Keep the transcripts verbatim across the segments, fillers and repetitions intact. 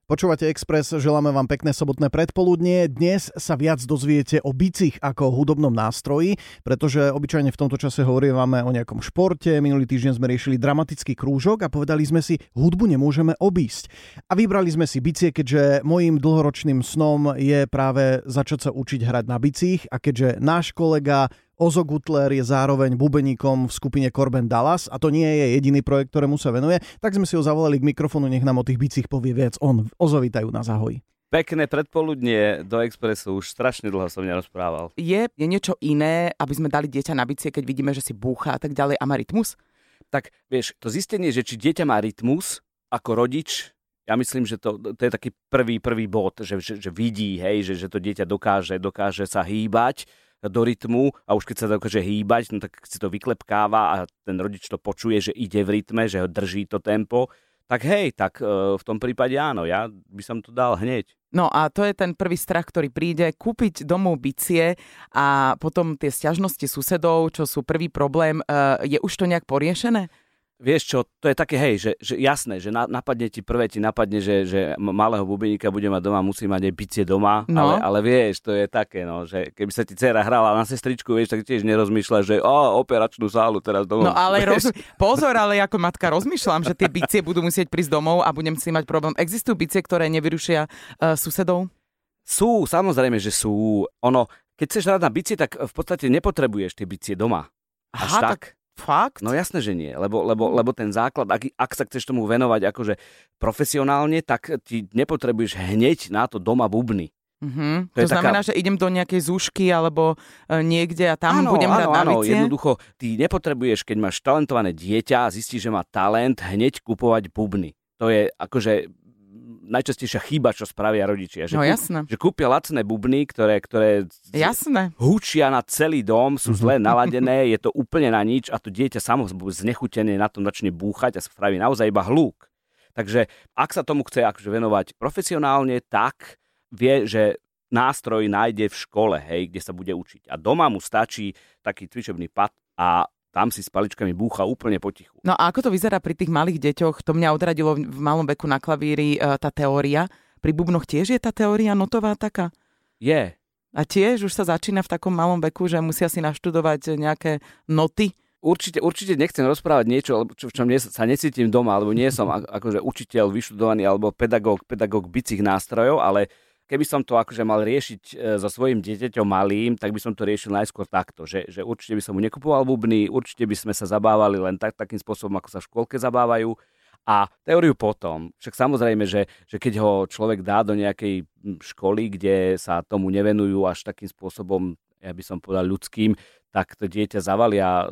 Počúvate Express, želáme vám pekné sobotné predpoludnie. Dnes sa viac dozviete o bicích ako o hudobnom nástroji, pretože obyčajne v tomto čase hovoríme o nejakom športe. Minulý týždeň sme riešili dramatický krúžok a povedali sme si, hudbu nemôžeme obísť. A vybrali sme si bicie, keďže môjim dlhoročným snom je práve začať sa učiť hrať na bicích a keďže náš kolega Ozo Gutler je zároveň bubeníkom v skupine Corben Dallas a to nie je jediný projekt, ktorému sa venuje, tak sme si ho zavolali k mikrofónu, nech nám o tých bicích povie viac on. Ozo, vítajú nás, ahoj. Pekné predpoludnie do Expressu, už strašne dlho som nerozprával. Je, je niečo iné, aby sme dali dieťa na bicie, keď vidíme, že si búcha a tak ďalej a má rytmus? Tak vieš, to zistenie, že či dieťa má rytmus ako rodič, ja myslím, že to, to je taký prvý, prvý bod, že, že, že vidí, hej, že, že to dieťa dokáže, dokáže sa hýbať do rytmu a už keď sa dokáže hýbať, no tak si to vyklepkáva a ten rodič to počuje, že ide v rytme, že ho drží to tempo, tak hej, tak e, v tom prípade áno, ja by som to dal hneď. No a to je ten prvý strach, ktorý príde, kúpiť domov bicie a potom tie sťažnosti susedov, čo sú prvý problém, e, je už to nejak poriešené? Vieš čo, to je také, hej, že, že jasné, že na, napadne ti, prvé ti napadne, že, že malého bubeníka bude mať doma, musí mať aj bicie doma, no. ale, ale vieš, to je také, no, že keby sa ti dcera hrala na sestričku, vieš, tak tiež nerozmýšľa, že o, operačnú sálu teraz domov. No ale roz... pozor, ale ako matka rozmýšľam, že tie bicie budú musieť prísť domov a budem si mať problém. Existujú bicie, ktoré nevyrušia uh, susedov? Sú, samozrejme, že sú. Ono, keď chceš hrať na bicie, tak v podstate nepotrebuješ tie bicie doma. Až Aha, tak. tak... Fakt? No jasné, že nie, lebo, lebo, lebo ten základ, ak, ak sa chceš tomu venovať akože profesionálne, tak ti nepotrebuješ hneď na to doma bubny. Uh-huh. To, to znamená, taká... že idem do nejakej zúšky alebo e, niekde a tam áno, budem hrať na áno, bicie? Jednoducho, ty nepotrebuješ, keď máš talentované dieťa a zistíš, že má talent, hneď kupovať bubny. To je akože najčastejšia chyba, čo spravia rodičia. Že no kúp, jasné. Že kúpia lacné bubny, ktoré, ktoré jasné. hučia na celý dom, sú zle naladené, je to úplne na nič a to dieťa samo znechutené na tom začne búchať a spraví naozaj iba hluk. Takže ak sa tomu chce akože venovať profesionálne, tak vie, že nástroj nájde v škole, hej, kde sa bude učiť. A doma mu stačí taký cvičebný pad a tam si s paličkami búcha úplne potichu. No a ako to vyzerá pri tých malých deťoch? To mňa odradilo v malom veku na klavíri e, tá teória. Pri bubnoch tiež je tá teória notová taká? Je. A tiež už sa začína v takom malom veku, že musia si naštudovať nejaké noty? Určite, určite nechcem rozprávať niečo, v čom nie, sa necítim doma, alebo nie som akože učiteľ vyštudovaný alebo pedagóg, pedagóg bicích nástrojov, ale keby som to akože mal riešiť e, so svojím dieťaťom malým, tak by som to riešil najskôr takto, že, že určite by som mu nekupoval bubny, určite by sme sa zabávali len tak, takým spôsobom, ako sa v škôlke zabávajú a teóriu potom. Však samozrejme, že, že keď ho človek dá do nejakej školy, kde sa tomu nevenujú až takým spôsobom, ja by som povedal ľudským, tak to dieťa zavalia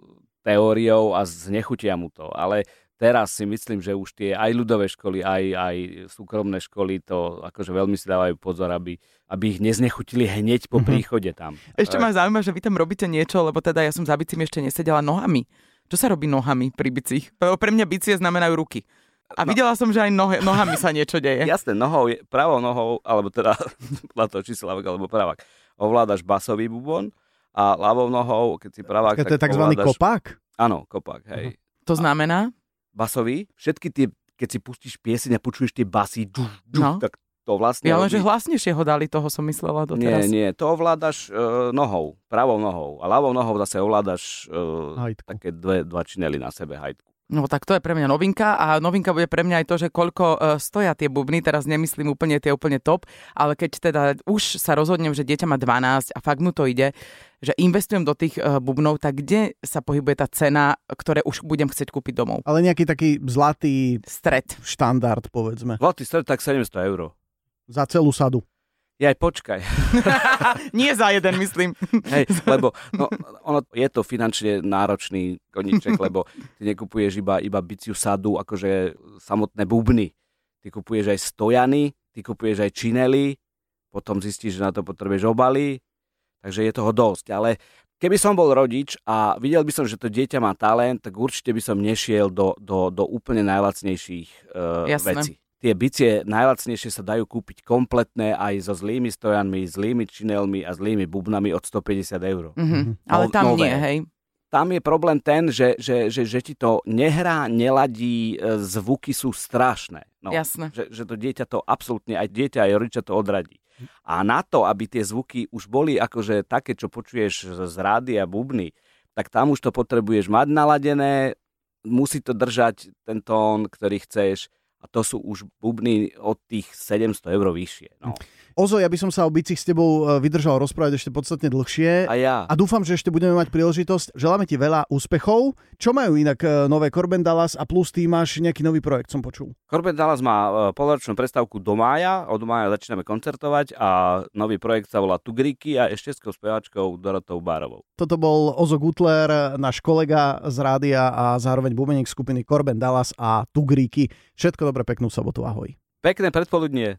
teóriou a znechutia mu to. Ale teraz si myslím, že už tie aj ľudové školy, aj, aj súkromné školy to akože veľmi si dávajú pozor, aby, aby ich neznechutili hneď po príchode tam. Ešte ma zaujíma, že vy tam robíte niečo, lebo teda ja som za bicím ešte nesedela nohami. Čo sa robí nohami pri bicích? Lebo pre mňa bicie znamenajú ruky. A no, videla som, že aj nohe, nohami sa niečo deje. Jasné, nohou, pravou nohou, alebo teda na to, či si ľavák alebo pravák, ovládaš basový bubon a ľavou nohou, keď si pravák, tak to je takzvaný ovládaš... kopák? Áno, kopák, hej. To znamená? Basový, všetky tie, keď si pustíš pieseň a počuješ tie basy, džuh, džuh, no. tak to vlastne... Ja len, že hlasnejšie ho dali, toho som myslela doteraz. Nie, nie, to ovládaš e, nohou, pravou nohou a ľavou nohou zase ovládaš e, také dve, dva činely na sebe, hajtku. No tak to je pre mňa novinka a novinka bude pre mňa aj to, že koľko uh, stoja tie bubny, teraz nemyslím úplne tie úplne top, ale keď teda už sa rozhodnem, že dieťa má dvanásť a fakt mu to ide, že investujem do tých uh, bubnov, tak kde sa pohybuje tá cena, ktoré už budem chcieť kúpiť domov? Ale nejaký taký zlatý stred. Štandard, povedzme. Zlatý stred, tak sedemsto eur. Za celú sadu. Ja aj počkaj. Nie za jeden, myslím. Hej, lebo no, ono je to finančne náročný koníček, lebo ty nekupuješ iba, iba biciu sadu, akože samotné bubny. Ty kupuješ aj stojany, ty kupuješ aj činely, potom zistíš, že na to potrebuješ obaly, takže je toho dosť. Ale keby som bol rodič a videl by som, že to dieťa má talent, tak určite by som nešiel do, do, do úplne najlacnejších uh, vecí. Tie bicie najlacnejšie sa dajú kúpiť kompletné aj so zlými stojanmi, zlými činelmi a zlými bubnami od stopäťdesiat eur. Mm-hmm. Ale tam nové. Nie, hej? Tam je problém ten, že, že, že, že ti to nehrá, neladí, zvuky sú strašné. No, Jasné. že, že to dieťa to absolútne, aj dieťa, aj rodiča to odradí. A na to, aby tie zvuky už boli akože také, čo počuješ z rádia, bubny, tak tam už to potrebuješ mať naladené, musí to držať ten tón, ktorý chceš. A to sú už bubny od tých sedemsto eur vyššie. No. Ozo, ja by som sa o bicích s tebou vydržal rozprávať ešte podstatne dlhšie. A ja. A dúfam, že ešte budeme mať príležitosť. Želáme ti veľa úspechov. Čo majú inak nové Corben Dallas a plus ty máš nejaký nový projekt, som počul. Corben Dallas má polročnú prestávku do mája. Od mája začíname koncertovať a nový projekt sa volá Tugríky a ešte s speváčkou Dorotou Bárovou. Toto bol Ozo Gutler, náš kolega z rádia a zároveň bubeník skupiny Corben Dallas a Tugríky. Všetko dobre, peknú sobotu, ahoj. Pekné predpoludnie.